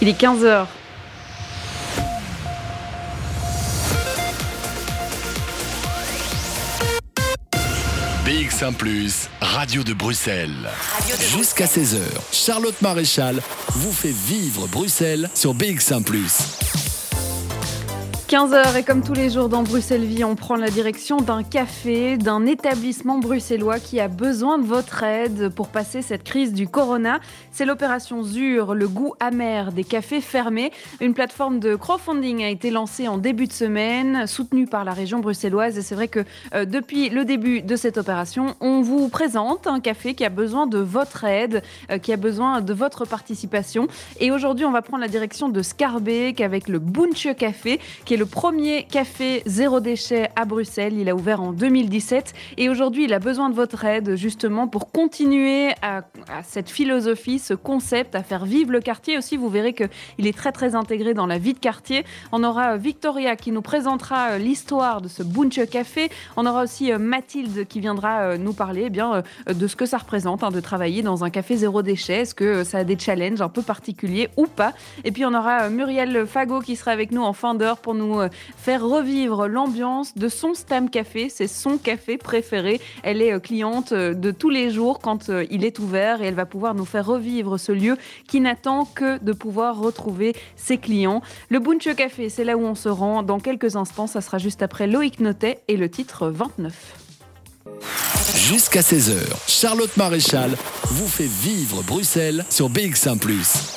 Il est 15h. BX1+, Radio de Bruxelles. Jusqu'à 16h, Charlotte Maréchal vous fait vivre Bruxelles sur BX1+. 15h et comme tous les jours dans Bruxelles Vie, on prend la direction d'un café, d'un établissement bruxellois qui a besoin de votre aide pour passer cette crise du corona. C'est l'opération ZUR, le goût amer des cafés fermés. Une plateforme de crowdfunding a été lancée en début de semaine, soutenue par la région bruxelloise. Et c'est vrai que depuis le début de cette opération, on vous présente un café qui a besoin de votre aide, qui a besoin de votre participation. Et aujourd'hui, on va prendre la direction de Schaerbeek avec le Bunche Café, qui est le premier café zéro déchet à Bruxelles. Il a ouvert en 2017 et aujourd'hui, il a besoin de votre aide justement pour continuer à cette philosophie, ce concept, à faire vivre le quartier. Aussi, vous verrez qu'il est très très intégré dans la vie de quartier. On aura Victoria qui nous présentera l'histoire de ce Bunche Café. On aura aussi Mathilde qui viendra nous parler de ce que ça représente de travailler dans un café zéro déchet. Est-ce que ça a des challenges un peu particuliers ou pas? Et puis on aura Muriel Fagot qui sera avec nous en fin d'heure pour nous faire revivre l'ambiance de son Stam Café. C'est son café préféré. Elle est cliente de tous les jours quand il est ouvert et elle va pouvoir nous faire revivre ce lieu qui n'attend que de pouvoir retrouver ses clients. Le Bunche Café, c'est là où on se rend dans quelques instants. Ça sera juste après Loïc Notet et le titre 29. Jusqu'à 16h, Charlotte Maréchal vous fait vivre Bruxelles sur BX1+.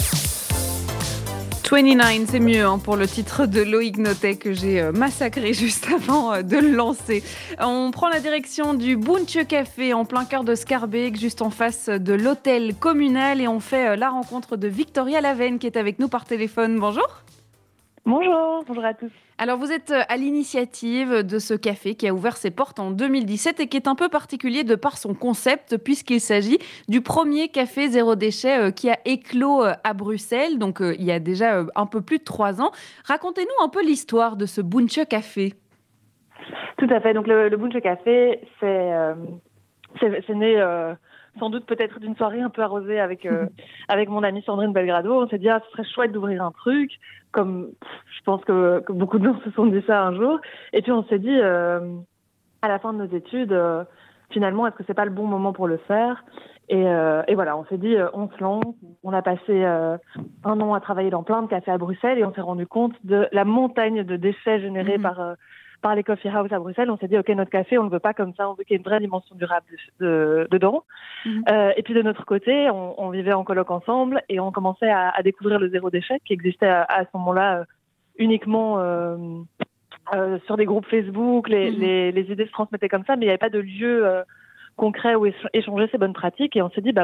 29, c'est mieux pour le titre de Loïc Notet que j'ai massacré juste avant de le lancer. On prend la direction du Bunche Café en plein cœur de Schaerbeek, juste en face de l'hôtel communal et on fait la rencontre de Victoria Lavenne qui est avec nous par téléphone. Bonjour. Bonjour à tous. Alors vous êtes à l'initiative de ce café qui a ouvert ses portes en 2017 et qui est un peu particulier de par son concept puisqu'il s'agit du premier café zéro déchet qui a éclos à Bruxelles, donc il y a déjà un peu plus de 3 ans. Racontez-nous un peu l'histoire de ce Bunche Café. Tout à fait, donc le Bunche Café, c'est né sans doute peut-être d'une soirée un peu arrosée avec mon amie Sandrine Belgrado. On s'est dit, ce serait chouette d'ouvrir un truc, comme je pense que beaucoup de gens se sont dit ça un jour. Et puis on s'est dit, à la fin de nos études, finalement, est-ce que c'est pas le bon moment pour le faire ? Et voilà, on s'est dit, on se lance. On a passé 1 an à travailler dans plein de cafés à Bruxelles et on s'est rendu compte de la montagne de déchets générés par les coffee house à Bruxelles. On s'est dit, OK, notre café, on ne le veut pas comme ça, on veut qu'il y ait une vraie dimension durable dedans. Et puis de notre côté, on vivait en coloc ensemble et on commençait à découvrir le zéro déchet qui existait à ce moment-là uniquement sur des groupes Facebook. Les idées se transmettaient comme ça, mais il n'y avait pas de lieu concret où échanger ces bonnes pratiques. Et on s'est dit,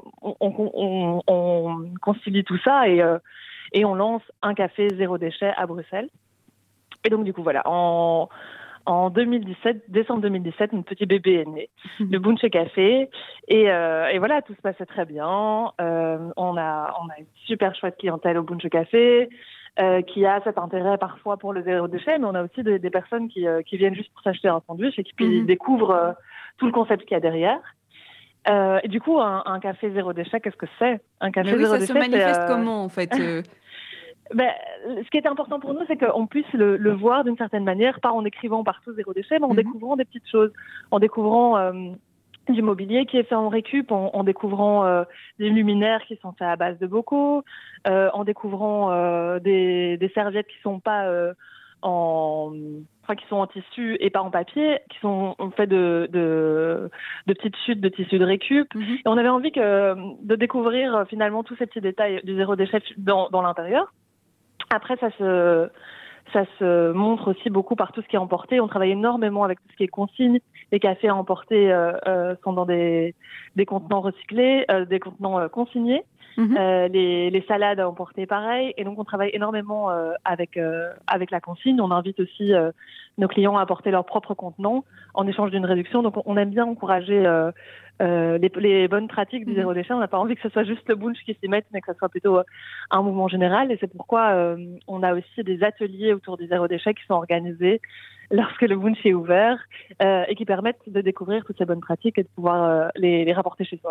on concilie tout ça et on lance un café zéro déchet à Bruxelles. Et donc, du coup, voilà, en 2017, décembre 2017, notre petit bébé est né, le Bunche Café. Et voilà, tout se passait très bien. On a une super chouette clientèle au Bunche Café qui a cet intérêt parfois pour le zéro déchet, mais on a aussi des personnes qui viennent juste pour s'acheter un sandwich et qui puis découvrent tout le concept qu'il y a derrière. Et du coup, un café zéro déchet, qu'est-ce que c'est ? Un café zéro déchet, ça se manifeste comment, en fait ce qui était important pour nous, c'est qu'on puisse le voir d'une certaine manière, pas en écrivant partout zéro déchet, mais en découvrant des petites choses, en découvrant du mobilier qui est fait en récup, en découvrant des luminaires qui sont faits à base de bocaux, en découvrant des serviettes qui sont pas qui sont en tissu et pas en papier, qui sont faites de petites chutes de tissu de récup. Et on avait envie de découvrir finalement tous ces petits détails du zéro déchet dans l'intérieur. Après, ça se montre aussi beaucoup par tout ce qui est emporté. On travaille énormément avec tout ce qui est consigne. Les cafés à emporter sont dans des contenants recyclés, des contenants consignés. Les salades à emporter, pareil. Et donc, on travaille énormément avec la consigne. On invite aussi nos clients à apporter leurs propres contenants en échange d'une réduction. Donc, on aime bien encourager les bonnes pratiques du zéro déchet. On n'a pas envie que ce soit juste le Bunche qui s'y mette, mais que ce soit plutôt un mouvement général. Et c'est pourquoi on a aussi des ateliers autour du zéro déchet qui sont organisés lorsque le Bunche est ouvert et qui permettent de découvrir toutes ces bonnes pratiques et de pouvoir les rapporter chez soi.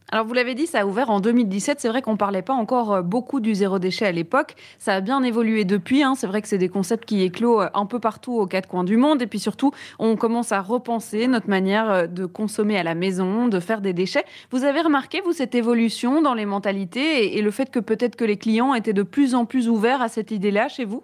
Alors vous l'avez dit, ça a ouvert en 2017. C'est vrai qu'on ne parlait pas encore beaucoup du zéro déchet à l'époque. Ça a bien évolué depuis. C'est vrai que c'est des concepts qui éclosent un peu partout aux quatre coins du monde. Et puis surtout, on commence à repenser notre manière de consommer à la maison, de faire des déchets. Vous avez remarqué, vous, cette évolution dans les mentalités et le fait que peut-être que les clients étaient de plus en plus ouverts à cette idée-là chez vous ?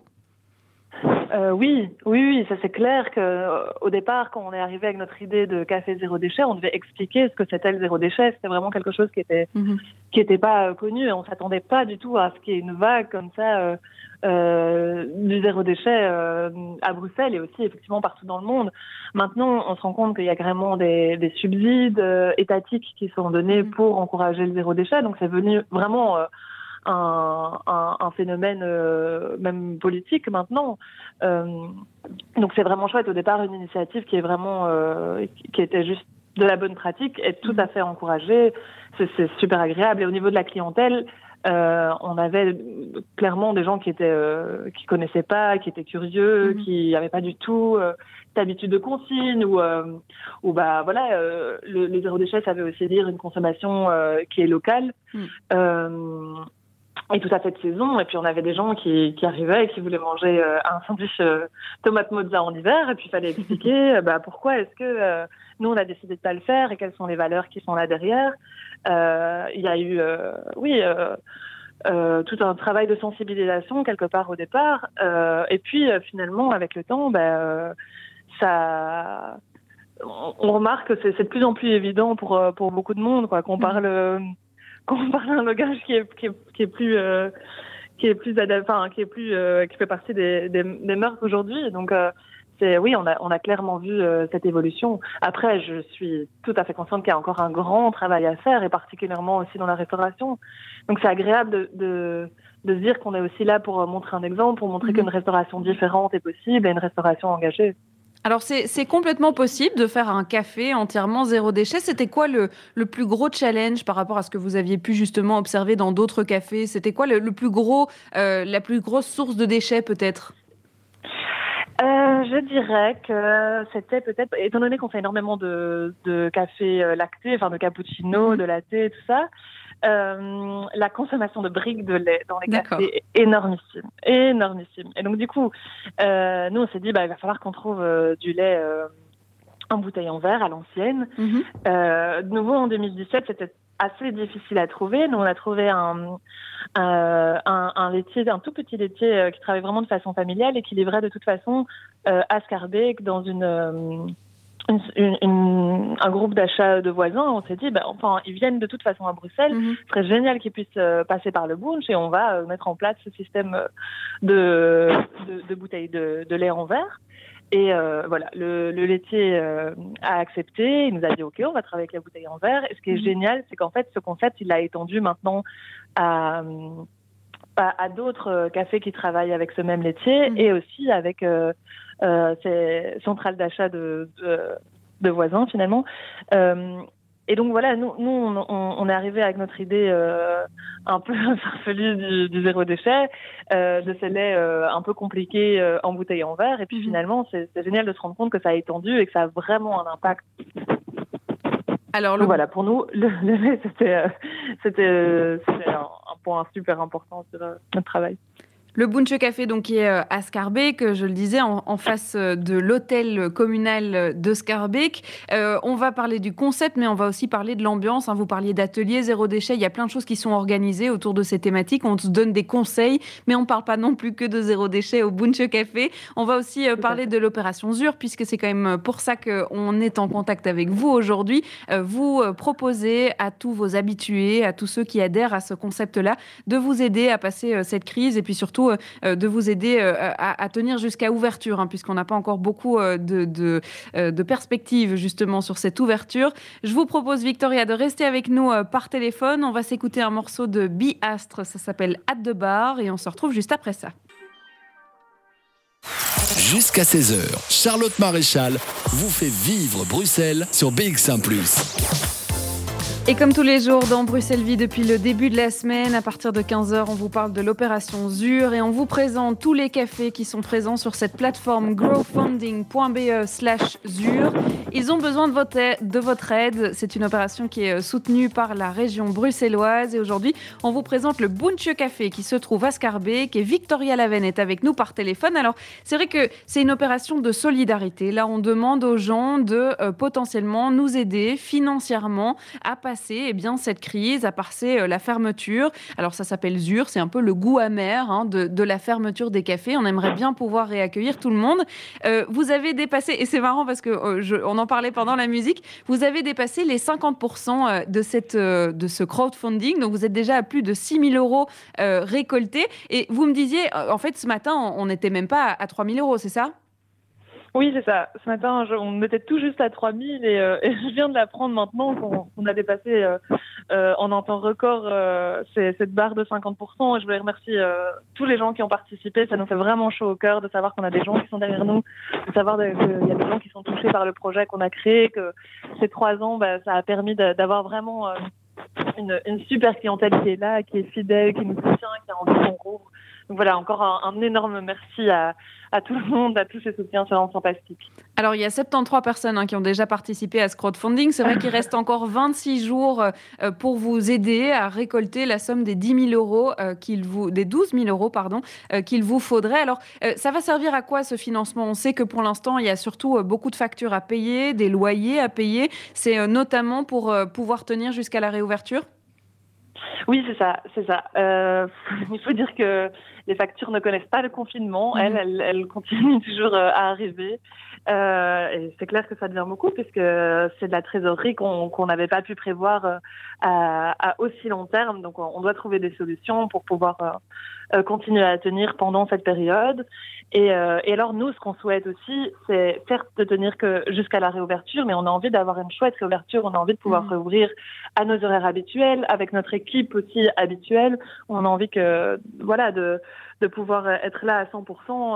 Oui, ça c'est clair qu'au départ, quand on est arrivé avec notre idée de café zéro déchet, on devait expliquer ce que c'était le zéro déchet. C'était vraiment quelque chose qui était pas connu. On s'attendait pas du tout à ce qu'il y ait une vague comme ça du zéro déchet à Bruxelles et aussi effectivement partout dans le monde. Maintenant, on se rend compte qu'il y a carrément des subsides étatiques qui sont donnés pour encourager le zéro déchet. Donc c'est venu vraiment un phénomène même politique maintenant. Donc c'est vraiment chouette. Au départ, une initiative qui est vraiment qui était juste de la bonne pratique est tout à fait encouragée. C'est super agréable. Et au niveau de la clientèle, on avait clairement des gens qui connaissaient pas, qui étaient curieux, qui n'avaient pas du tout d'habitude de consigne ou le zéro déchet, ça veut aussi dire une consommation qui est locale. Et tout à fait de saison. Et puis on avait des gens qui arrivaient et qui voulaient manger un sandwich tomate mozza en hiver. Et puis il fallait expliquer pourquoi est-ce que nous on a décidé de pas le faire et quelles sont les valeurs qui sont là derrière. Il y a eu tout un travail de sensibilisation quelque part au départ. Et puis finalement avec le temps, ça, on remarque que c'est de plus en plus évident pour beaucoup de monde, quoi, qu'on parle un langage qui fait partie des mœurs aujourd'hui. Donc on a clairement vu cette évolution. Après, je suis tout à fait consciente qu'il y a encore un grand travail à faire, et particulièrement aussi dans la restauration. Donc c'est agréable de se dire qu'on est aussi là pour montrer un exemple, pour montrer qu'une restauration différente est possible et une restauration engagée. Alors, c'est complètement possible de faire un café entièrement zéro déchet. C'était quoi le plus gros challenge par rapport à ce que vous aviez pu justement observer dans d'autres cafés ? C'était quoi la plus grosse source de déchets peut-être ? Je dirais que c'était peut-être, étant donné qu'on fait énormément de café lacté, enfin de cappuccino, de latte, tout ça, la consommation de briques de lait dans les cafés est énormissime. Et donc du coup, nous on s'est dit, il va falloir qu'on trouve du lait en bouteille en verre à l'ancienne. De nouveau en 2017, c'était assez difficile à trouver. Nous on a trouvé un laitier, un tout petit laitier qui travaille vraiment de façon familiale et qui livrait de toute façon à Schaerbeek dans un groupe d'achat de voisins. On s'est dit, ils viennent de toute façon à Bruxelles. Ce serait génial qu'ils puissent passer par le Bunch et on va mettre en place ce système de bouteilles de lait en verre. Et le laitier a accepté. Il nous a dit, OK, on va travailler avec la bouteille en verre. Et ce qui est génial, c'est qu'en fait, ce concept, il a étendu maintenant à d'autres cafés qui travaillent avec ce même laitier et aussi avec ces centrales d'achat de voisins, finalement. Et donc voilà, nous on est arrivé avec notre idée un peu farfelue du zéro déchet, de ces laits un peu compliqués en bouteille en verre. Et puis finalement, c'est génial de se rendre compte que ça a étendu et que ça a vraiment un impact. Alors donc voilà, pour nous, le lait, c'était un point super important de notre travail. Le Bunch Café, donc, qui est à Schaerbeek, je le disais, en face de l'hôtel communal de Schaerbeek. On va parler du concept, mais on va aussi parler de l'ambiance. Vous parliez d'ateliers zéro déchet. Il y a plein de choses qui sont organisées autour de ces thématiques. On se donne des conseils, mais on ne parle pas non plus que de zéro déchet au Bunch Café. On va aussi parler de l'opération ZUR, puisque c'est quand même pour ça qu'on est en contact avec vous aujourd'hui. Vous proposez à tous vos habitués, à tous ceux qui adhèrent à ce concept-là, de vous aider à passer cette crise et puis surtout de vous aider à tenir jusqu'à ouverture, puisqu'on n'a pas encore beaucoup de perspectives justement sur cette ouverture. Je vous propose, Victoria, de rester avec nous par téléphone. On va s'écouter un morceau de Bi Astre, ça s'appelle At the Bar, et on se retrouve juste après ça. Jusqu'à 16h, Charlotte Maréchal vous fait vivre Bruxelles sur BX1 +. Et comme tous les jours dans Bruxelles Vie depuis le début de la semaine, à partir de 15h, on vous parle de l'opération ZUR et on vous présente tous les cafés qui sont présents sur cette plateforme growfunding.be/ZUR. Ils ont besoin de votre aide. C'est une opération qui est soutenue par la région bruxelloise et aujourd'hui, on vous présente le Bunche Café qui se trouve à Schaerbeek et Victoria Laven est avec nous par téléphone. Alors, c'est vrai que c'est une opération de solidarité. Là, on demande aux gens de potentiellement nous aider financièrement à passer cette crise, à passer la fermeture. Alors ça s'appelle ZUR, c'est un peu le goût amer de la fermeture des cafés. On aimerait bien pouvoir réaccueillir tout le monde. Vous avez dépassé, et c'est marrant parce que on en parlait pendant la musique, vous avez dépassé les 50% de ce crowdfunding. Donc vous êtes déjà à plus de 6 000 € récoltés. Et vous me disiez, en fait ce matin, on n'était même pas à 3 000 €, c'est ça ? Oui, c'est ça. Ce matin, on était tout juste à 3000 et je viens de l'apprendre maintenant qu'on a dépassé en un temps record cette barre de 50%. Et je voulais remercier tous les gens qui ont participé. Ça nous fait vraiment chaud au cœur de savoir qu'on a des gens qui sont derrière nous, de savoir qu'il y a des gens qui sont touchés par le projet qu'on a créé, que ces 3 ans, ça a permis d'avoir vraiment une super clientèle qui est là, qui est fidèle, qui nous soutient, qui a envie qu'on rouvre. Donc voilà, encore un énorme merci à tout le monde, à tous ces soutiens, c'est vraiment fantastique. Alors, il y a 73 personnes qui ont déjà participé à ce crowdfunding. C'est vrai qu'il reste encore 26 jours pour vous aider à récolter la somme des 10 000 €, des 12 000 €, qu'il vous faudrait. Alors, ça va servir à quoi ce financement ? On sait que pour l'instant, il y a surtout beaucoup de factures à payer, des loyers à payer. C'est notamment pour pouvoir tenir jusqu'à la réouverture ? Oui, c'est ça. Il faut dire que les factures ne connaissent pas le confinement. Elles continuent toujours à arriver. Et c'est clair que ça devient beaucoup puisque c'est de la trésorerie qu'on n'avait pas pu prévoir à aussi long terme. Donc, on doit trouver des solutions pour pouvoir continuer à tenir pendant cette période. Et alors, nous, ce qu'on souhaite aussi, c'est certes de tenir que jusqu'à la réouverture, mais on a envie d'avoir une chouette réouverture. On a envie de pouvoir réouvrir à nos horaires habituels, avec notre équipe aussi habituelle. On a envie de pouvoir être là à 100%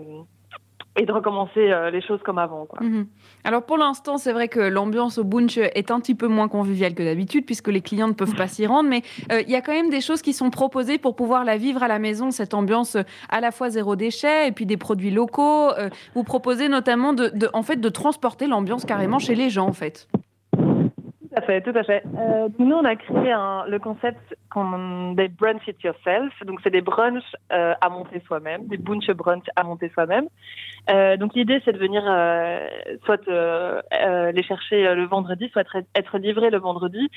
et de recommencer les choses comme avant, quoi. Alors pour l'instant, c'est vrai que l'ambiance au Bunche est un petit peu moins conviviale que d'habitude puisque les clients ne peuvent pas s'y rendre, mais il y a quand même des choses qui sont proposées pour pouvoir la vivre à la maison, cette ambiance à la fois zéro déchet et puis des produits locaux. Vous proposez notamment de transporter l'ambiance carrément chez les gens, en fait. Tout à fait. Nous, on a créé le concept des brunch it yourself. Donc, c'est des brunchs à monter soi-même, des bunch brunch à monter soi-même. Donc, l'idée, c'est de venir soit les chercher le vendredi, soit être livré le vendredi.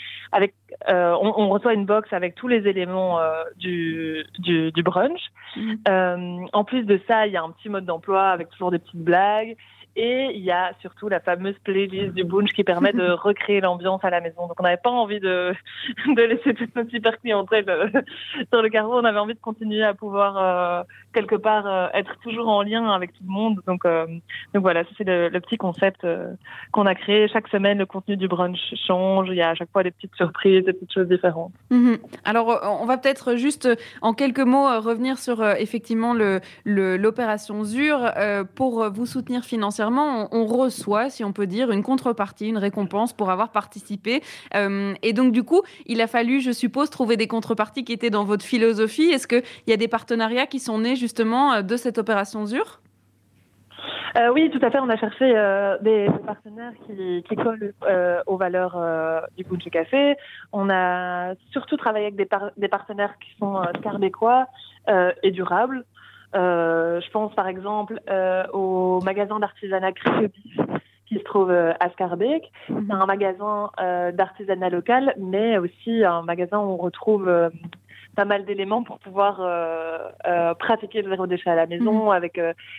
On reçoit une box avec tous les éléments du brunch. En plus de ça, il y a un petit mode d'emploi avec toujours des petites blagues. Et il y a surtout la fameuse playlist du Bunch qui permet de recréer l'ambiance à la maison. Donc, on n'avait pas envie de laisser toute notre super clientèle sur le carreau. On avait envie de continuer à pouvoir, quelque part, être toujours en lien avec tout le monde. Donc voilà, ça, c'est le petit concept qu'on a créé. Chaque semaine, le contenu du brunch change. Il y a à chaque fois des petites surprises, des petites choses différentes. Alors, on va peut-être juste, en quelques mots, revenir sur effectivement l'opération ZUR. Pour vous soutenir financièrement, on reçoit, si on peut dire, une contrepartie, une récompense pour avoir participé. Et donc, du coup, il a fallu, je suppose, trouver des contreparties qui étaient dans votre philosophie. Est-ce qu'il y a des partenariats qui sont nés justement de cette opération ZUR ? Oui, tout à fait. On a cherché des partenaires qui collent aux valeurs du Bunch Café. On a surtout travaillé avec des partenaires qui sont schaerbécois et durables. Je pense par exemple au magasin d'artisanat Créobif qui se trouve à Schaerbeek. C'est un magasin d'artisanat local, mais aussi un magasin où on retrouve pas mal d'éléments pour pouvoir pratiquer le zéro déchet à la maison avec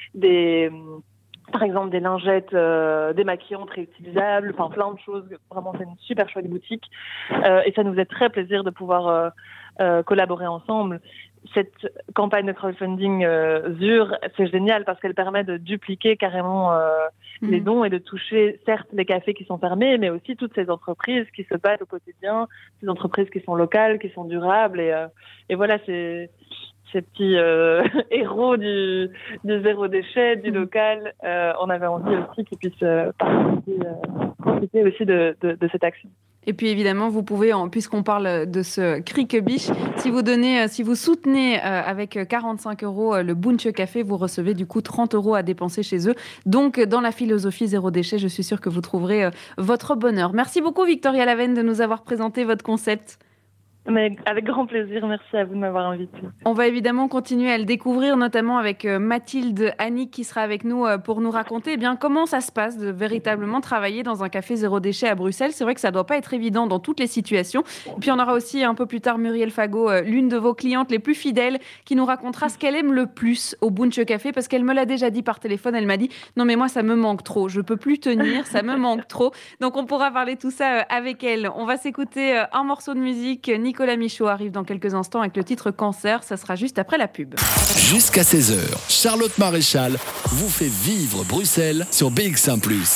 par exemple des lingettes démaquillantes réutilisables, enfin plein de choses. Vraiment, c'est une super chouette boutique et ça nous faisait très plaisir de pouvoir collaborer ensemble. Cette campagne de crowdfunding ZUR, c'est génial parce qu'elle permet de dupliquer carrément les dons et de toucher certes les cafés qui sont fermés, mais aussi toutes ces entreprises qui se battent au quotidien, ces entreprises qui sont locales, qui sont durables et voilà, ces petits héros du zéro déchet, du local. On avait envie aussi qu'ils puissent profiter aussi de cette action. Et puis évidemment, vous pouvez, puisqu'on parle de ce Krieke-Biche, si vous soutenez avec 45 euros le Bunche Café, vous recevez du coup 30 euros à dépenser chez eux. Donc dans la philosophie zéro déchet, je suis sûre que vous trouverez votre bonheur. Merci beaucoup Victoria Lavenne de nous avoir présenté votre concept. Mais avec grand plaisir, merci à vous de m'avoir invité. On va évidemment continuer à le découvrir, notamment avec Mathilde Annick qui sera avec nous pour nous raconter comment ça se passe de véritablement travailler dans un café zéro déchet à Bruxelles. C'est vrai que ça ne doit pas être évident dans toutes les situations. Et puis on aura aussi un peu plus tard Muriel Fagot, l'une de vos clientes les plus fidèles, qui nous racontera ce qu'elle aime le plus au Bunche Café, parce qu'elle me l'a déjà dit par téléphone. Elle m'a dit « Non mais moi ça me manque trop, je peux plus tenir, ça me manque trop ». Donc on pourra parler tout ça avec elle. On va s'écouter un morceau de musique. Nicolas Michaud arrive dans quelques instants avec le titre Cancer. Ça sera juste après la pub. Jusqu'à 16h, Charlotte Maréchal vous fait vivre Bruxelles sur BX1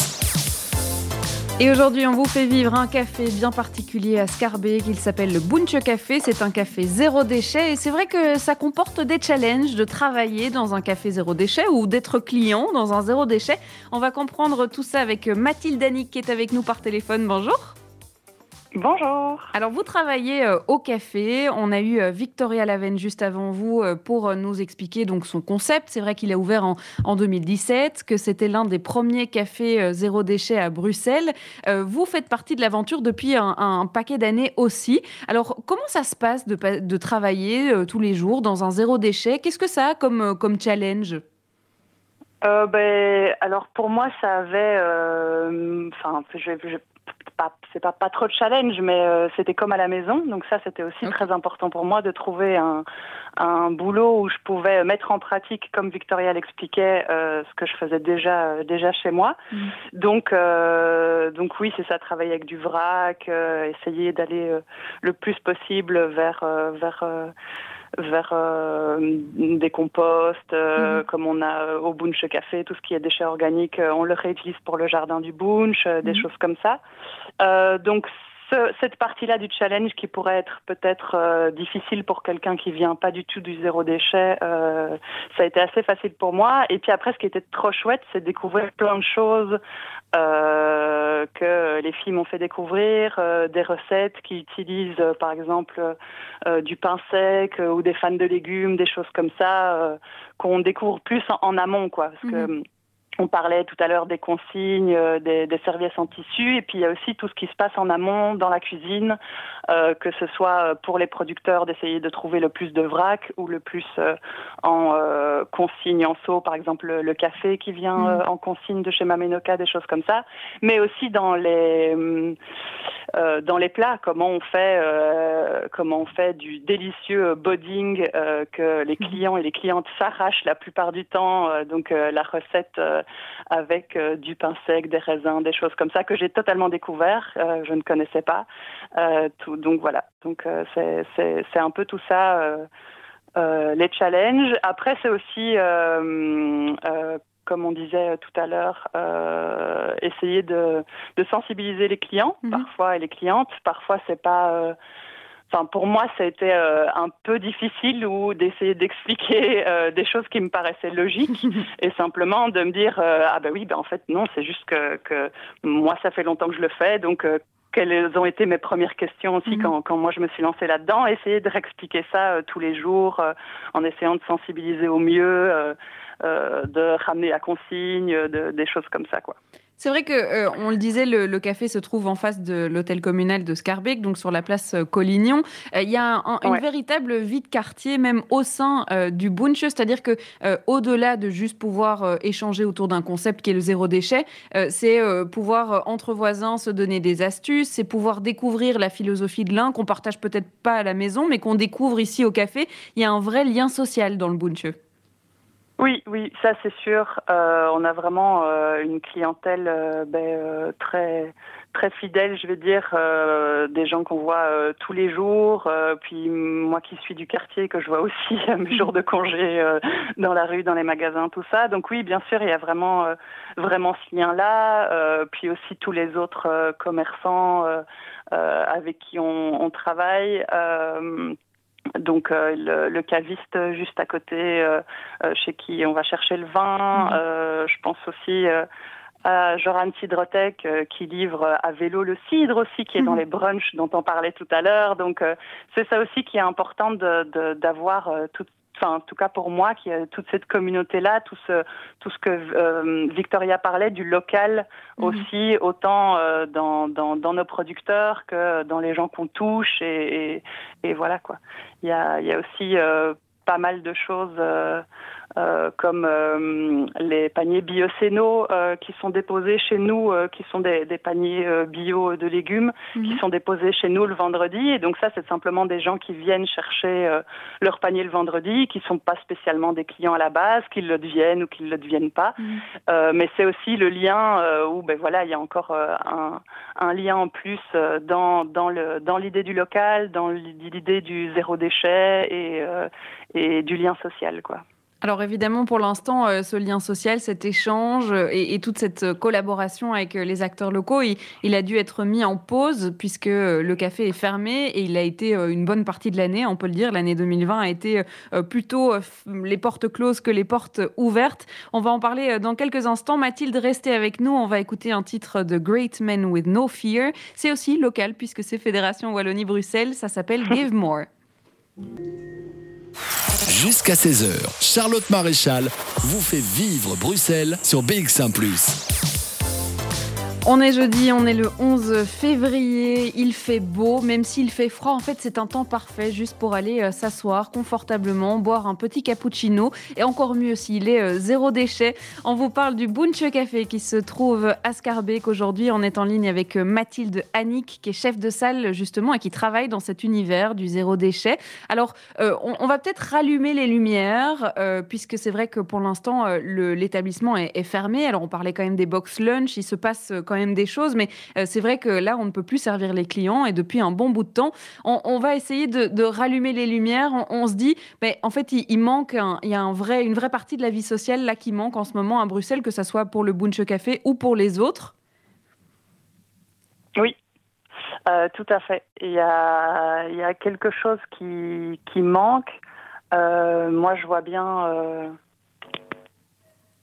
⁇ Et aujourd'hui, on vous fait vivre un café bien particulier à Scarbeck. Il s'appelle le Bunche Café. C'est un café zéro déchet. Et c'est vrai que ça comporte des challenges de travailler dans un café zéro déchet ou d'être client dans un zéro déchet. On va comprendre tout ça avec Mathilde Annick qui est avec nous par téléphone. Bonjour. Bonjour. Alors, vous travaillez au café. On a eu Victoria Lavenne juste avant vous pour nous expliquer donc son concept. C'est vrai qu'il a ouvert en 2017, que c'était l'un des premiers cafés zéro déchet à Bruxelles. Vous faites partie de l'aventure depuis un paquet d'années aussi. Alors, comment ça se passe de travailler tous les jours dans un zéro déchet? Qu'est-ce que ça a comme challenge? Alors pour moi ça avait, c'est pas trop de challenge, mais c'était comme à la maison, donc ça c'était aussi très important pour moi de trouver un boulot où je pouvais mettre en pratique, comme Victoria l'expliquait, ce que je faisais déjà chez moi. Donc oui, c'est ça, travailler avec du vrac, essayer d'aller le plus possible vers des composts, comme on a au Bunche Café, tout ce qui est déchets organiques, on le réutilise pour le jardin du Bunche, des choses comme ça. Donc cette partie-là du challenge qui pourrait être peut-être difficile pour quelqu'un qui vient pas du tout du zéro déchet, ça a été assez facile pour moi. Et puis après, ce qui était trop chouette, c'est de découvrir plein de choses que les filles m'ont fait découvrir, des recettes qui utilisent par exemple du pain sec ou des fans de légumes, des choses comme ça, qu'on découvre plus en amont, quoi, parce que on parlait tout à l'heure des consignes, des serviettes en tissu, et puis il y a aussi tout ce qui se passe en amont dans la cuisine, que ce soit pour les producteurs d'essayer de trouver le plus de vrac ou le plus en consigne en seau, par exemple le café qui vient en consigne de chez Mamenoka, des choses comme ça, mais aussi dans les plats, comment on fait du délicieux bodding que les clients et les clientes s'arrachent la plupart du temps, donc la recette avec du pain sec, des raisins, des choses comme ça que j'ai totalement découvert, je ne connaissais pas. Donc voilà, donc c'est un peu tout ça, les challenges. Après c'est aussi comme on disait tout à l'heure, essayer de sensibiliser les clients parfois et les clientes. Parfois c'est pas pour moi, ça a été un peu difficile ou d'essayer d'expliquer des choses qui me paraissaient logiques et simplement de me dire en fait non, c'est juste que moi ça fait longtemps que je le fais, donc quelles ont été mes premières questions aussi quand moi je me suis lancée là-dedans, essayer de réexpliquer ça tous les jours en essayant de sensibiliser au mieux, de ramener la consigne, des choses comme ça, quoi. C'est vrai que, on le disait, le café se trouve en face de l'hôtel communal de Scarbeck, donc sur la place Collignon. Il y a une véritable vie de quartier, même au sein du Bunche, c'est-à-dire que au-delà de juste pouvoir échanger autour d'un concept qui est le zéro déchet, c'est pouvoir entre voisins se donner des astuces, c'est pouvoir découvrir la philosophie de l'un qu'on partage peut-être pas à la maison, mais qu'on découvre ici au café. Il y a un vrai lien social dans le Bunche. Oui, ça c'est sûr. On a vraiment une clientèle très très fidèle, je vais dire, des gens qu'on voit tous les jours. Puis moi qui suis du quartier, que je vois aussi mes jours de congé dans la rue, dans les magasins, tout ça. Donc oui, bien sûr, il y a vraiment ce lien-là. Puis aussi tous les autres commerçants avec qui on travaille. Donc le caviste juste à côté, chez qui on va chercher le vin. Je pense aussi Joran Cidrotec qui livre à vélo le cidre aussi, qui est dans les brunchs dont on parlait tout à l'heure. Donc c'est ça aussi qui est important d'avoir en tout cas pour moi, qui a toute cette communauté-là, tout ce que Victoria parlait du local aussi, autant dans nos producteurs que dans les gens qu'on touche et voilà quoi. Il y a aussi pas mal de choses comme les paniers biocénaux qui sont déposés chez nous, qui sont des paniers bio de légumes, qui sont déposés chez nous le vendredi. Et donc ça, c'est simplement des gens qui viennent chercher leur panier le vendredi, qui sont pas spécialement des clients à la base, qu'ils le deviennent ou qu'ils le deviennent pas. Mais c'est aussi le lien où il y a encore un lien en plus dans l'idée du local, dans l'idée du zéro déchet et du lien social, quoi. Alors évidemment, pour l'instant, ce lien social, cet échange et toute cette collaboration avec les acteurs locaux, il a dû être mis en pause puisque le café est fermé et il a été une bonne partie de l'année, on peut le dire. L'année 2020 a été plutôt les portes closes que les portes ouvertes. On va en parler dans quelques instants. Mathilde, restez avec nous. On va écouter un titre de Great Men with No Fear. C'est aussi local puisque c'est Fédération Wallonie-Bruxelles. Ça s'appelle Give More. Jusqu'à 16h, Charlotte Maréchal vous fait vivre Bruxelles sur BX1 +. On est jeudi, on est le 11 février, il fait beau, même s'il fait froid, en fait c'est un temps parfait juste pour aller s'asseoir confortablement, boire un petit cappuccino et encore mieux s'il est zéro déchet. On vous parle du Bunche Café qui se trouve à Schaerbeek. Aujourd'hui on est en ligne avec Mathilde Annick qui est chef de salle justement et qui travaille dans cet univers du zéro déchet. Alors on va peut-être rallumer les lumières puisque c'est vrai que pour l'instant l'établissement est fermé. Alors on parlait quand même des box lunch, il se passe quand même des choses, mais c'est vrai que là, on ne peut plus servir les clients et depuis un bon bout de temps, on va essayer de rallumer les lumières. On se dit, mais en fait, il manque, il y a une vraie partie de la vie sociale là qui manque en ce moment à Bruxelles, que ça soit pour le Bunche Café ou pour les autres. Oui, tout à fait. Il y a quelque chose qui manque. Moi, je vois bien... Allô ?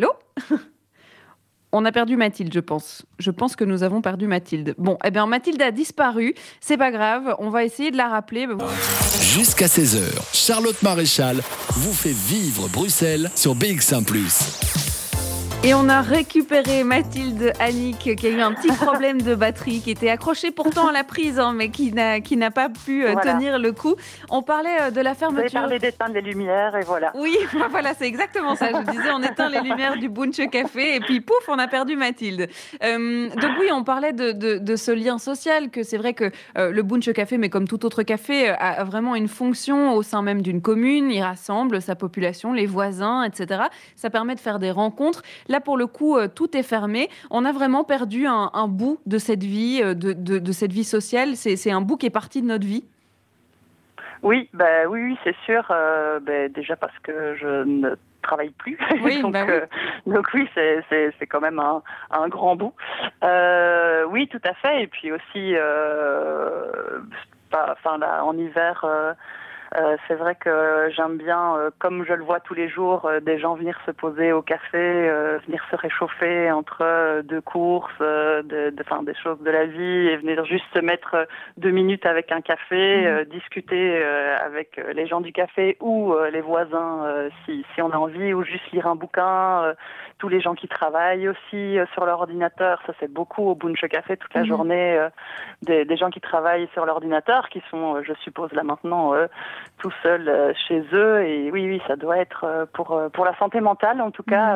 On a perdu Mathilde, je pense. Je pense que nous avons perdu Mathilde. Bon, Mathilde a disparu. C'est pas grave. On va essayer de la rappeler. Jusqu'à 16h, Charlotte Maréchal vous fait vivre Bruxelles sur BX1 +. Et on a récupéré Mathilde Annick qui a eu un petit problème de batterie, qui était accrochée pourtant à la prise, mais qui n'a pas pu tenir le coup. On parlait de la fermeture. Vous avez parlé d'éteindre les lumières et voilà. Oui, voilà, c'est exactement ça. Je disais, on éteint les lumières du Bunche Café et puis pouf, on a perdu Mathilde. Donc oui, on parlait de ce lien social, que c'est vrai que le Bunche Café, mais comme tout autre café, a vraiment une fonction au sein même d'une commune. Il rassemble sa population, les voisins, etc. Ça permet de faire des rencontres. Là, pour le coup, tout est fermé. On a vraiment perdu un bout de cette vie, de cette vie sociale. C'est un bout qui est parti de notre vie. Oui, oui, c'est sûr. Déjà parce que je ne travaille plus. Oui, donc oui, c'est quand même un grand bout. Oui, tout à fait. Et puis aussi, en hiver... c'est vrai que j'aime bien, comme je le vois tous les jours, des gens venir se poser au café, venir se réchauffer entre deux courses, des choses de la vie, et venir juste se mettre 2 minutes avec un café, discuter avec les gens du café ou les voisins si on a envie, ou juste lire un bouquin. Tous les gens qui travaillent aussi sur leur ordinateur, ça c'est beaucoup au Bunche Café toute la journée, des gens qui travaillent sur l'ordinateur, qui sont, je suppose là maintenant, tout seuls chez eux. Et oui, ça doit être pour la santé mentale en tout cas.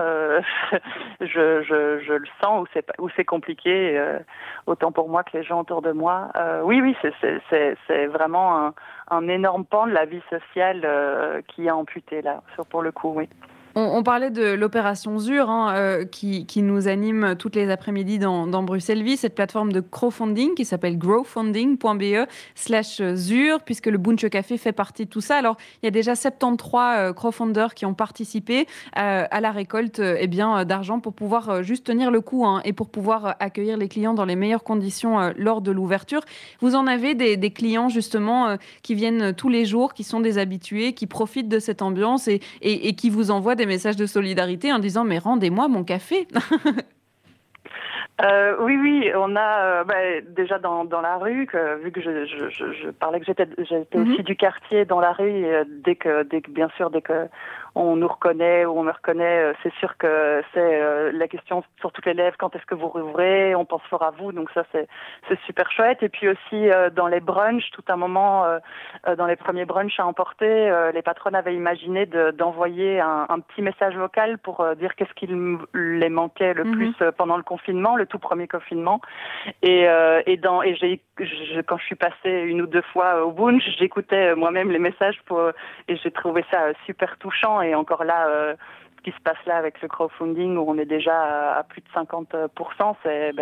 Je le sens où c'est compliqué, autant pour moi que les gens autour de moi. Oui, c'est vraiment un énorme pan de la vie sociale qui est amputé là, pour le coup, oui. On parlait de l'opération ZUR qui nous anime toutes les après-midi dans Bruxelles Vie, cette plateforme de crowdfunding qui s'appelle growfunding.be/ZUR, puisque le Bunche Café fait partie de tout ça. Alors, il y a déjà 73 crowdfunders qui ont participé à la récolte d'argent pour pouvoir juste tenir le coup et pour pouvoir accueillir les clients dans les meilleures conditions lors de l'ouverture. Vous en avez des clients justement qui viennent tous les jours, qui sont des habitués, qui profitent de cette ambiance et qui vous envoient des des messages de solidarité en disant « mais rendez-moi mon café ». Oui, on a déjà dans la rue, vu que je parlais que j'étais aussi du quartier dans la rue, et dès que bien sûr dès que on nous reconnaît ou on me reconnaît, c'est sûr que c'est la question sur toutes les lèvres, quand est-ce que vous rouvrez, on pense fort à vous, donc ça c'est super chouette. Et puis aussi dans les brunchs, tout un moment dans les premiers brunchs à emporter, les patronnes avaient imaginé d'envoyer un petit message vocal pour dire qu'est-ce qu'il les manquait le plus pendant le confinement, le tout premier confinement. Quand je suis passée une ou deux fois au brunch, j'écoutais moi-même les messages et j'ai trouvé ça super touchant. Et encore là, ce qui se passe là avec ce crowdfunding où on est déjà à plus de 50%,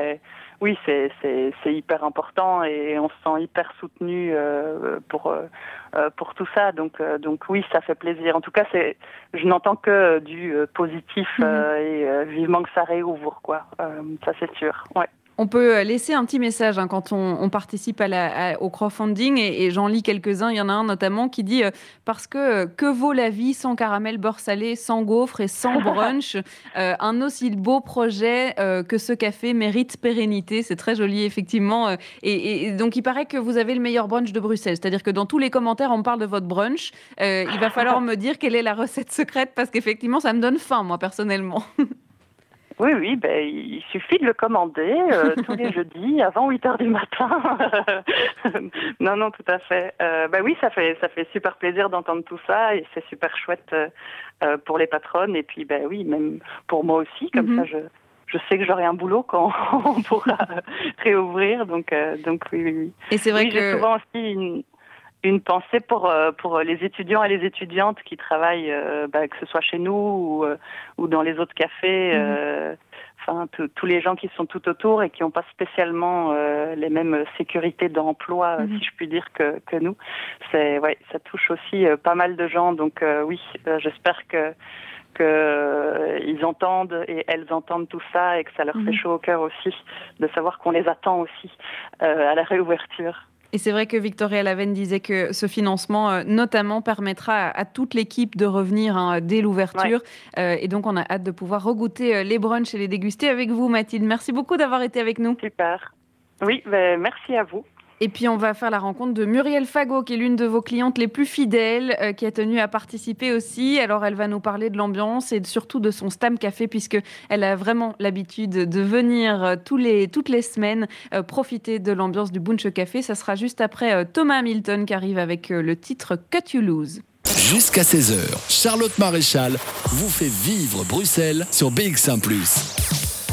c'est hyper important et on se sent hyper soutenu pour tout ça. Donc oui, ça fait plaisir. En tout cas, je n'entends que du positif et vivement que ça réouvre, quoi. Ça c'est sûr. Ouais. On peut laisser un petit message quand on participe au crowdfunding et j'en lis quelques-uns. Il y en a un notamment qui dit parce que vaut la vie sans caramel beurre salé, sans gaufres et sans brunch. Un aussi beau projet que ce café mérite pérennité. C'est très joli effectivement. Et donc il paraît que vous avez le meilleur brunch de Bruxelles. C'est-à-dire que dans tous les commentaires on parle de votre brunch. Il va falloir me dire quelle est la recette secrète parce qu'effectivement ça me donne faim moi personnellement. Oui, il suffit de le commander tous les jeudis avant 8h du matin. Non, tout à fait. Oui, ça fait super plaisir d'entendre tout ça et c'est super chouette pour les patronnes et puis oui, même pour moi aussi, comme ça je sais que j'aurai un boulot quand on pourra réouvrir, donc oui. Et c'est vrai que j'ai souvent aussi une pensée pour les étudiants et les étudiantes qui travaillent, que ce soit chez nous ou dans les autres cafés, tous les gens qui sont tout autour et qui n'ont pas spécialement les mêmes sécurités d'emploi, si je puis dire, que nous. Ça touche aussi pas mal de gens, donc oui, j'espère que ils entendent et elles entendent tout ça et que ça leur fait chaud au cœur aussi de savoir qu'on les attend aussi à la réouverture. Et c'est vrai que Victoria Laven disait que ce financement, notamment, permettra à toute l'équipe de revenir dès l'ouverture. Ouais. Et donc, on a hâte de pouvoir regoûter les brunchs et les déguster avec vous, Mathilde. Merci beaucoup d'avoir été avec nous. Super. Oui, merci à vous. Et puis, on va faire la rencontre de Muriel Fagot, qui est l'une de vos clientes les plus fidèles, qui a tenu à participer aussi. Alors, elle va nous parler de l'ambiance et surtout de son Stam Café, puisqu'elle a vraiment l'habitude de venir toutes les semaines profiter de l'ambiance du Bunche Café. Ça sera juste après Thomas Hamilton qui arrive avec le titre « Cut You Loose ». Jusqu'à 16h, Charlotte Maréchal vous fait vivre Bruxelles sur BX1+.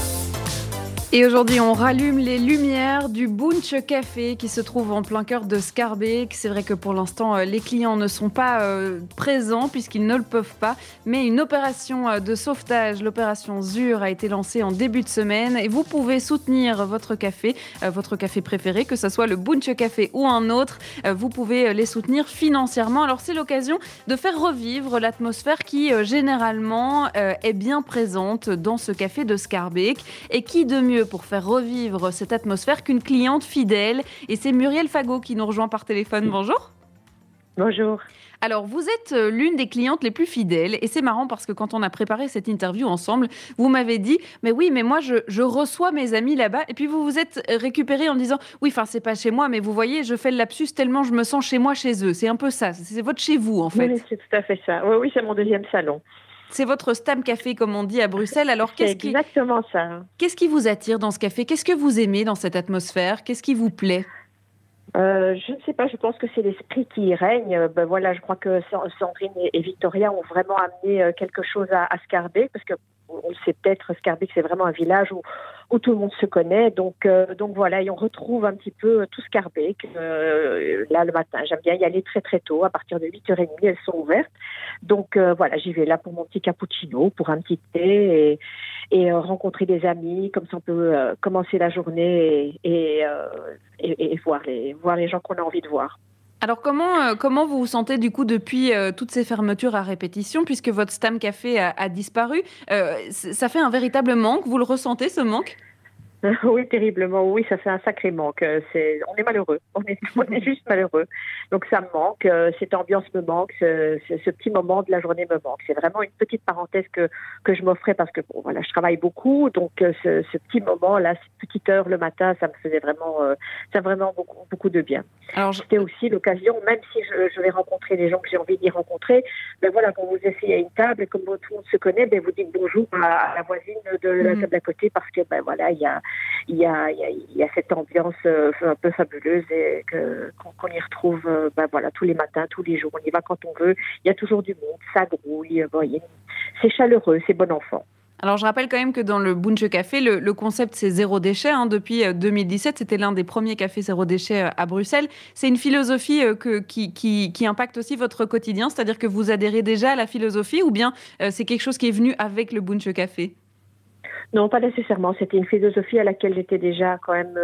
Et aujourd'hui, on rallume les lumières du Bunche Café qui se trouve en plein cœur de Schaerbeek. C'est vrai que pour l'instant, les clients ne sont pas présents puisqu'ils ne le peuvent pas. Mais une opération de sauvetage, l'opération ZUR, a été lancée en début de semaine. Et vous pouvez soutenir votre café préféré, que ce soit le Bunche Café ou un autre. Vous pouvez les soutenir financièrement. Alors, c'est l'occasion de faire revivre l'atmosphère qui, généralement, est bien présente dans ce café de Schaerbeek. Et qui de mieux pour faire revivre cette atmosphère qu'une cliente fidèle. Et c'est Muriel Fagot qui nous rejoint par téléphone. Bonjour. Bonjour. Alors, vous êtes l'une des clientes les plus fidèles et c'est marrant parce que quand on a préparé cette interview ensemble, vous m'avez dit « mais oui, mais moi, je reçois mes amis là-bas » et puis vous vous êtes récupéré en disant « oui, enfin, c'est pas chez moi, mais vous voyez, je fais le lapsus tellement je me sens chez moi, chez eux ». C'est un peu ça, c'est votre chez vous en fait. Oui, c'est tout à fait ça. Oui, c'est mon deuxième salon. C'est votre Stam Café, comme on dit à Bruxelles. Alors, exactement ça. Qu'est-ce qui vous attire dans ce café ? Qu'est-ce que vous aimez dans cette atmosphère ? Qu'est-ce qui vous plaît ? Je ne sais pas, je pense que c'est l'esprit qui y règne. Je crois que Sandrine et Victoria ont vraiment amené quelque chose à Schaerbeek, parce que on le sait peut-être, Schaerbeek, c'est vraiment un village où tout le monde se connaît. Donc voilà, et on retrouve un petit peu tout Schaerbeek. Là, le matin, j'aime bien y aller très très tôt. À partir de 8h30, elles sont ouvertes. Donc voilà, j'y vais là pour mon petit cappuccino, pour un petit thé et rencontrer des amis. Comme ça, on peut commencer la journée et voir les gens qu'on a envie de voir. Alors comment vous vous sentez du coup depuis toutes ces fermetures à répétition, puisque votre Stam Café a disparu, ça fait un véritable manque, vous le ressentez ce manque ? Oui, terriblement. Oui, ça fait un sacré manque. On est malheureux. On est juste malheureux. Donc ça me manque. Cette ambiance me manque. Ce petit moment de la journée me manque. C'est vraiment une petite parenthèse que je m'offrais parce que bon, voilà, je travaille beaucoup. Donc ce petit moment là, cette petite heure le matin, ça me faisait vraiment beaucoup, beaucoup de bien. Alors, C'était aussi l'occasion, même si je vais rencontrer les gens que j'ai envie d'y rencontrer, ben voilà, quand vous asseyez à une table et comme tout le monde se connaît, ben vous dites bonjour à la voisine de la table à côté parce que ben voilà, il y a cette ambiance un peu fabuleuse et qu'on y retrouve ben voilà, tous les matins, tous les jours. On y va quand on veut. Il y a toujours du monde, ça grouille. C'est chaleureux, c'est bon enfant. Alors, je rappelle quand même que dans le Bunche Café, le concept, c'est zéro déchet. Depuis 2017, c'était l'un des premiers cafés zéro déchet à Bruxelles. C'est une philosophie qui impacte aussi votre quotidien, c'est-à-dire que vous adhérez déjà à la philosophie ou bien c'est quelque chose qui est venu avec le Bunche Café? Non, pas nécessairement. C'était une philosophie à laquelle j'étais déjà quand même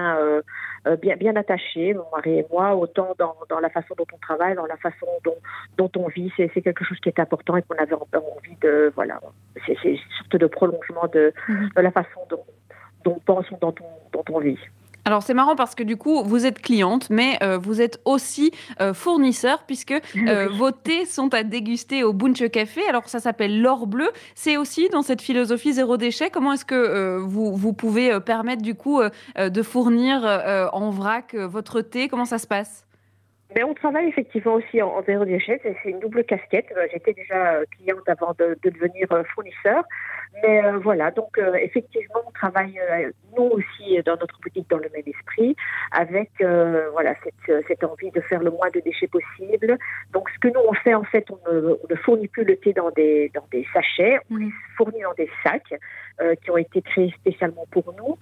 bien attachée, mon mari et moi, autant dans la façon dont on travaille, dans la façon dont on vit. C'est quelque chose qui est important et qu'on avait envie de, voilà, c'est une sorte de prolongement de la façon dont on pense ou dont on vit. Alors, c'est marrant parce que du coup, vous êtes cliente, mais vous êtes aussi fournisseur puisque vos thés sont à déguster au Bunche Café. Alors, ça s'appelle l'or bleu. C'est aussi dans cette philosophie zéro déchet. Comment est-ce que vous pouvez permettre du coup de fournir en vrac votre thé? Comment ça se passe? Mais on travaille effectivement aussi en zéro déchet. C'est une double casquette. J'étais déjà cliente avant de devenir fournisseur. Mais voilà, donc effectivement, on travaille nous aussi dans notre boutique dans le même esprit, avec voilà cette envie de faire le moins de déchets possible. Donc ce que nous on fait en fait, on ne fournit plus le thé dans des sachets, on les fournit dans des sacs qui ont été créés spécialement pour nous,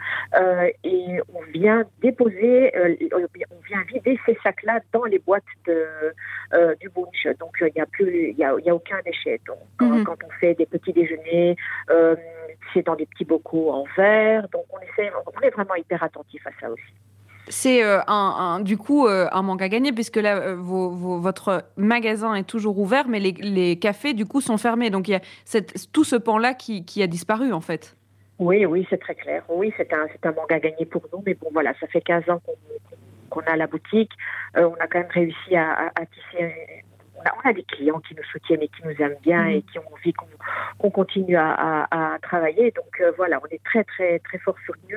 et on vient déposer, on vient vider ces sacs-là dans les boîtes du bunch. Donc il y a aucun déchet. Donc quand on fait des petits déjeuners, c'est dans des petits bocaux en verre. Donc on est vraiment hyper attentif à ça aussi. C'est du coup un manque à gagner puisque là, votre magasin est toujours ouvert, mais les cafés du coup sont fermés. Donc il y a tout ce pan-là qui a disparu en fait. Oui, c'est très clair. Oui, c'est un manque à gagner pour nous. Mais bon, voilà, ça fait 15 ans qu'on a la boutique. On a quand même réussi à tisser... On a des clients qui nous soutiennent et qui nous aiment bien et qui ont envie qu'on continue à travailler. Donc voilà, on est très, très, très fort furieux.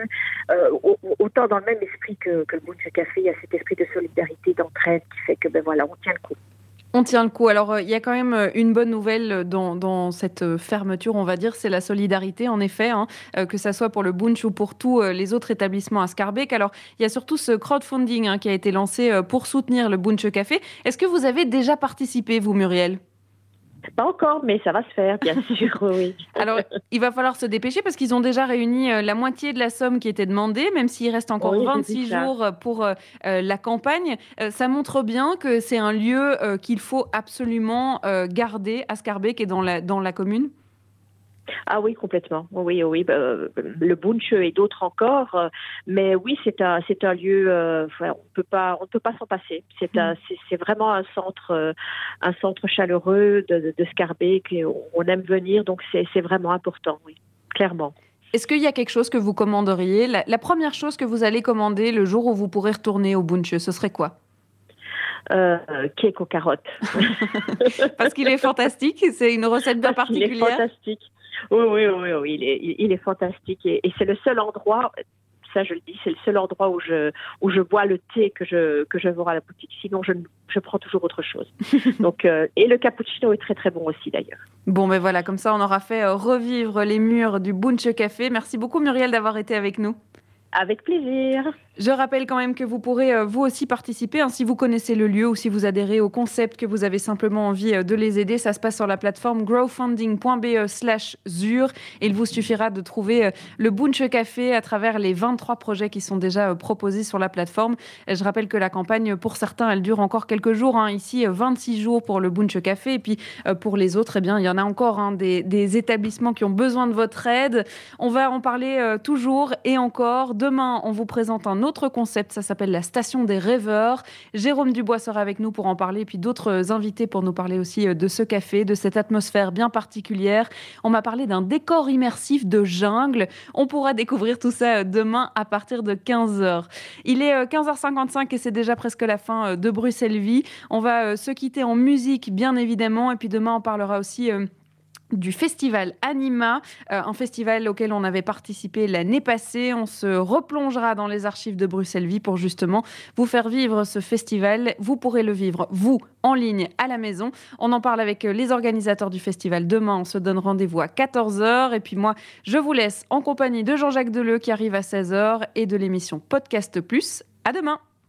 Autant dans le même esprit que le Bunche Café, il y a cet esprit de solidarité, d'entraide qui fait que voilà, on tient le coup. On tient le coup. Alors, il y a quand même une bonne nouvelle dans cette fermeture, on va dire, c'est la solidarité, en effet, que ça soit pour le Bunch ou pour tous les autres établissements à Schaerbeek. Alors, il y a surtout ce crowdfunding qui a été lancé pour soutenir le Bunche Café. Est-ce que vous avez déjà participé, vous, Muriel ? Pas encore, mais ça va se faire, bien sûr, oui. Alors, il va falloir se dépêcher parce qu'ils ont déjà réuni la moitié de la somme qui était demandée, même s'il reste encore 26 jours pour la campagne. Ça montre bien que c'est un lieu qu'il faut absolument garder à Schaerbeek et dans la commune. Ah oui, complètement. Oui. Le Bunch et d'autres encore. Mais oui, c'est un lieu, on ne peut pas s'en passer. C'est vraiment un centre chaleureux de Schaerbeek et on aime venir. Donc, c'est vraiment important, oui, clairement. Est-ce qu'il y a quelque chose que vous commanderiez ? La première chose que vous allez commander le jour où vous pourrez retourner au Bunch, ce serait quoi ? Cake aux carottes. Parce qu'il est fantastique, c'est une recette bien particulière. Il est fantastique. Oui, il est fantastique et c'est le seul endroit, ça je le dis, c'est le seul endroit où je bois le thé que je vends à la boutique. Sinon, je prends toujours autre chose. Donc, et le cappuccino est très très bon aussi d'ailleurs. Bon, ben voilà, comme ça on aura fait revivre les murs du Bunch Café. Merci beaucoup Muriel d'avoir été avec nous. Avec plaisir. Je rappelle quand même que vous pourrez vous aussi participer si vous connaissez le lieu ou si vous adhérez au concept, que vous avez simplement envie de les aider. Ça se passe sur la plateforme growfunding.be/zur et il vous suffira de trouver le Bunch Café à travers les 23 projets qui sont déjà proposés sur la plateforme. Je rappelle que la campagne, pour certains, elle dure encore quelques jours. Ici, 26 jours pour le Bunch Café et puis pour les autres, il y en a encore des établissements qui ont besoin de votre aide. On va en parler toujours et encore. Demain, on vous présente un autre concept, ça s'appelle la Station des Rêveurs. Jérôme Dubois sera avec nous pour en parler, et puis d'autres invités pour nous parler aussi de ce café, de cette atmosphère bien particulière. On m'a parlé d'un décor immersif de jungle. On pourra découvrir tout ça demain à partir de 15h. Il est 15h55 et c'est déjà presque la fin de Bruxelles Vie. On va se quitter en musique, bien évidemment, et puis demain on parlera aussi du festival Anima, un festival auquel on avait participé l'année passée. On se replongera dans les archives de Bruxelles Vie pour justement vous faire vivre ce festival. Vous pourrez le vivre, vous, en ligne, à la maison. On en parle avec les organisateurs du festival demain. On se donne rendez-vous à 14h. Et puis moi, je vous laisse en compagnie de Jean-Jacques Deleu qui arrive à 16h et de l'émission Podcast Plus. À demain!